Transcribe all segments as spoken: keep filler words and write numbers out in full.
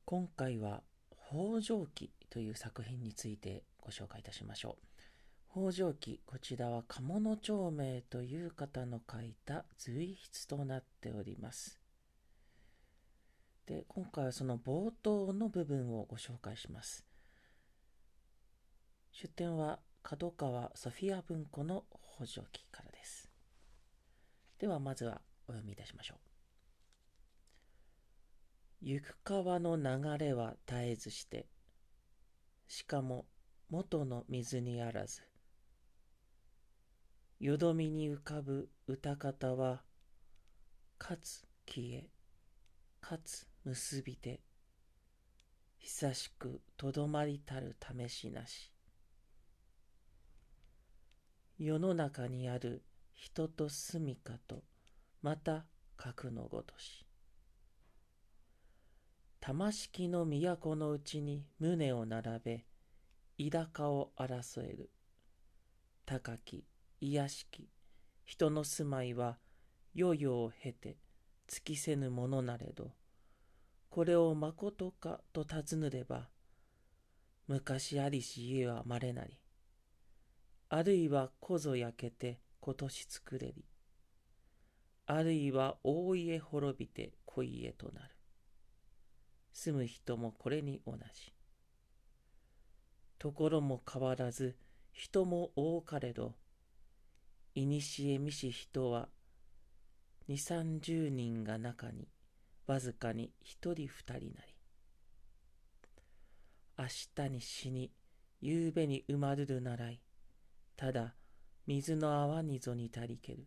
今回は北条記という作品についてご紹介いたしましょう。北条記、こちらは鴨野長明という方の書いた随筆となっております。で、今回はその冒頭の部分をご紹介します。出典は角川ソフィア文庫の北条記からです。ではまずはお読みいたしましょう。行く川の流れは絶えずして、しかも元の水にあらず、よどみに浮かぶ歌方は、かつ消え、かつ結びて、久しくとどまりたる試しなし。世の中にある人と住みかと、また格のごとし。玉敷の都のうちに胸を並べ、いだかを争える。高き、卑しき、人の住まいは、世々を経て、尽きせぬものなれど、これをまことかと尋ねれば、昔ありし家はまれなり、あるいはこぞ焼けて今年作れり、あるいは大家滅びて小家となる。住む人もこれに同じ。ところも変わらず、人も多かれど、いにしえ見し人は、二三十人が中に、わずかに一人二人なり。明日に死に、夕べに埋まるるならい、ただ水の泡にぞにたりける。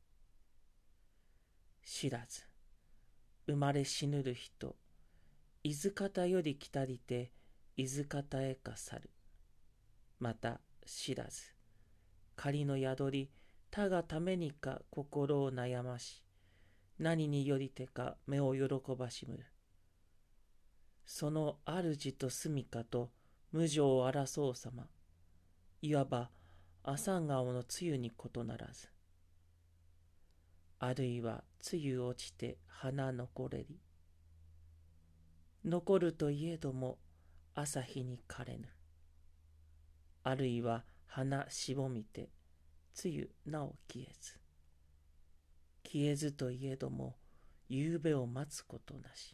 知らず、生まれ死ぬる人、伊豆方より来たりて、伊豆方へか去る。また知らず、仮の宿り、他がためにか心を悩まし、何によりてか目を喜ばしむる。その主と住みかと無情を争うさま、いわば朝顔の露に異ならず、あるいは露落ちて花残れり、残るといえども朝日に枯れぬ、あるいは花しぼみて露なお消えず、消えずといえども夕べを待つことなし。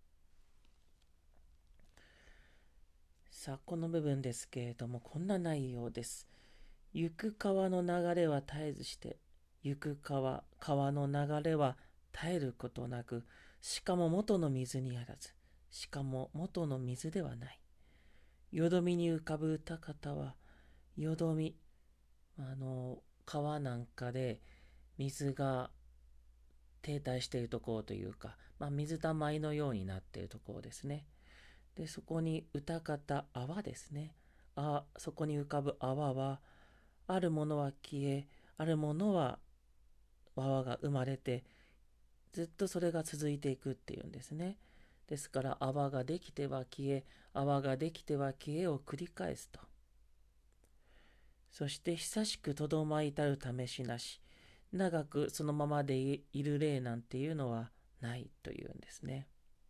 さあ、この部分ですけれども、こんな内容です。行く川の流れは絶えずして、行く川、川の流れは絶えることなく、しかも元の水にあらず、しかも元の水ではない。よどみに浮かぶ歌方は、よどみ、あの、川なんかで水が停滞しているところというか、まあ、水たまりのようになっているところですね。で、そこに歌方、泡ですね。あ、そこに浮かぶ泡は、あるものは消え、あるものは泡が生まれて、ずっとそれが続いていくっていうんですね。ですから泡ができては消え、泡ができては消えを繰り返すと。そして久しくとどまりたる試しなし、長くそのままでいる例なんていうのはないというんですね。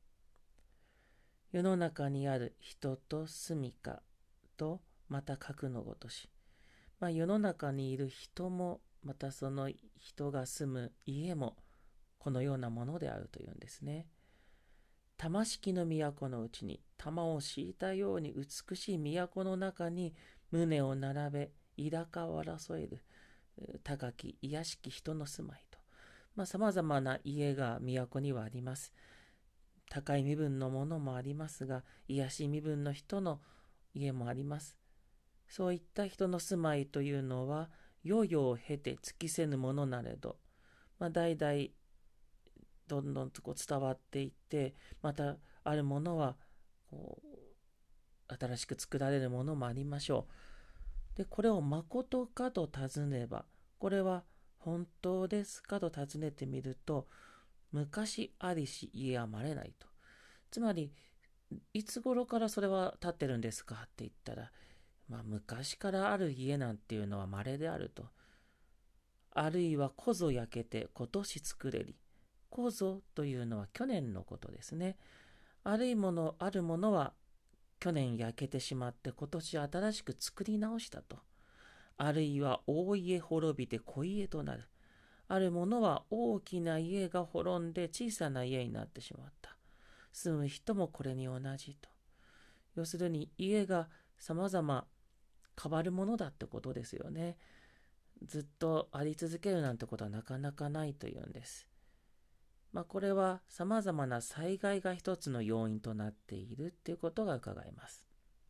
世の中にある人と住みかとまた格のごとし、まあ、世の中にいる人もまたその人が住む家もこのようなものであるというんですね。玉敷の都のうちに玉を敷いたように美しい都の中に胸を並べ、いだかを争える高き卑しき人の住まいと、まあ、様々な家が都にはあります。高い身分のものもありますが、卑しい身分の人の家もあります。そういった人の住まいというのは、世々を経て尽きせぬものなれど、まあ、代々どんどんとこう伝わっていって、またあるものはこう新しく作られるものもありましょう。で、これを誠かと尋ねば、これは本当ですかと尋ねてみると、昔ありし家はまれないと。つまり、いつ頃からそれは建ってるんですかって言ったら、まあ、昔からある家なんていうのは稀であると。あるいはこぞ焼けて今年作れり。こぞというのは去年のことですね。 あるいもの、あるものは去年焼けてしまって今年新しく作り直したと。あるいは大家滅びて小家となる。あるものは大きな家が滅んで小さな家になってしまった。住む人もこれに同じと。要するに家が様々変わるものだってことですよね。ずっとあり続けるなんてことはなかなかないというんです。まあこれは様々な災害が一つの要因となっているっていうことが伺えます。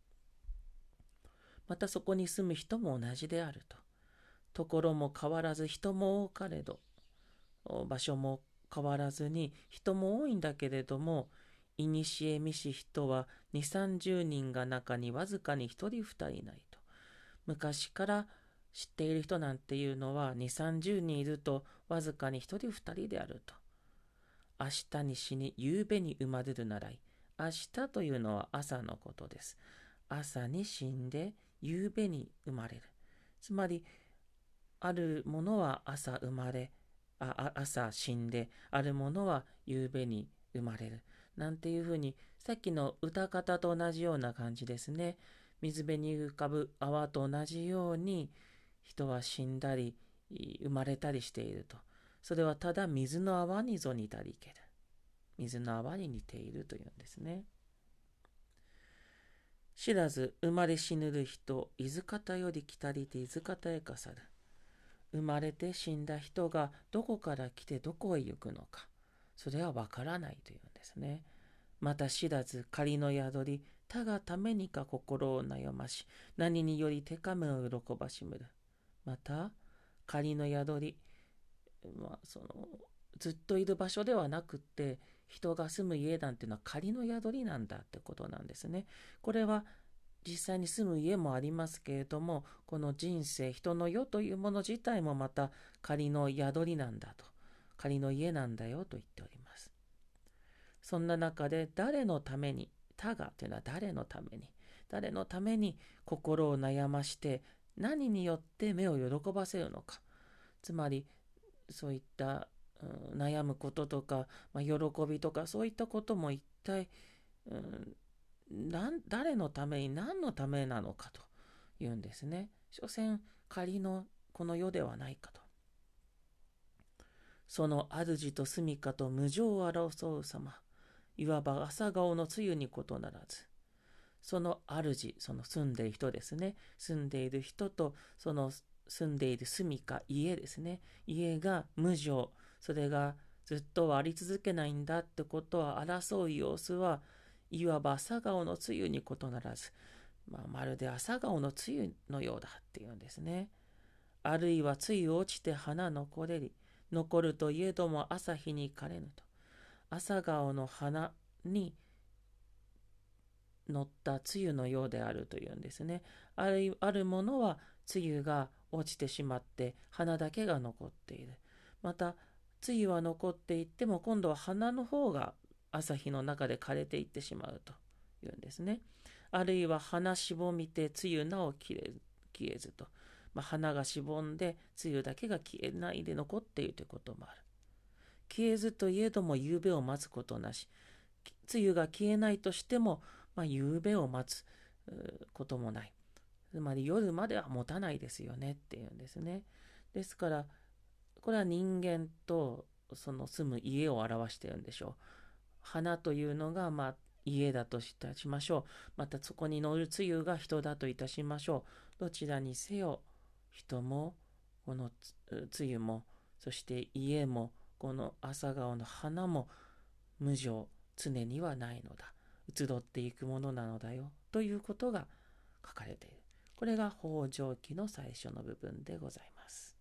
またそこに住む人も同じであると。ところも変わらず人も多かれど、場所も変わらずに人も多いんだけれども、いにしえみし人はに、さんじゅうにんが中にわずかにひとりふたりいないと。昔から知っている人なんていうのはに、さんじゅうにんいるとわずかにひとりふたりであると。明日に死に夕べに生まれるならい。明日というのは朝のことです。朝に死んで夕べに生まれる。つまり、あるものは朝生まれ、あ朝死んで、あるものは夕べに生まれる。なんていうふうに、さっきの歌方と同じような感じですね。水辺に浮かぶ泡と同じように、人は死んだり、生まれたりしていると。それはただ水の泡にぞ似たりける。水の泡に似ているというんですね。知らず生まれ死ぬる人、伊豆方より来たりて伊豆方へかさる。生まれて死んだ人がどこから来てどこへ行くのか、それはわからないというんですね。また知らず仮の宿り、他がためにか心を悩まし、何により手かめを喜ばしむる。また仮の宿り、まあ、そのずっといる場所ではなくって人が住む家なんていうのは仮の宿りなんだってことなんですね。これは実際に住む家もありますけれども、この人生、人の世というもの自体もまた仮の宿りなんだと、仮の家なんだよと言っております。そんな中で誰のために、他がというのは誰のために、誰のために心を悩まして何によって目を喜ばせるのか。つまりそういった、うん、悩むこととか、まあ、喜びとかそういったことも一体、うん、なん誰のために何のためなのかというんですね。所詮仮のこの世ではないかと。その主と住みかと無情を争う様、いわば朝顔の露に異ならず、その主、その住んでいる人ですね。住んでいる人とその住んでいる住みか、家ですね。家が無情、それがずっとはあり続けないんだってことは争う様子はいわば朝顔の露に異ならず、まあ、まるで朝顔の露のようだっていうんですね。あるいは露落ちて花残れり、残るといえども朝日に枯れぬと。朝顔の花に乗った露のようであるというんですね。あるあるものは露が落ちてしまって花だけが残っている。また露は残っていっても今度は花の方が朝日の中で枯れていってしまうというんですね。あるいは花しぼみて露なお消え消えずと、まあ、花がしぼんで露だけが消えないで残っているということもある。消えずといえども夕べを待つことなし、露が消えないとしても、まあ、夕べを待つこともない。つまり夜までは持たないですよねっていうんですね。ですからこれは人間とその住む家を表しているんでしょう。花というのがまあ家だといたしましょう。またそこに乗る露が人だといたしましょう。どちらにせよ人もこの露もそして家もこの朝顔の花も無常、常にはないのだ。移ろっていくものなのだよということが書かれている。これが法上記の最初の部分でございます。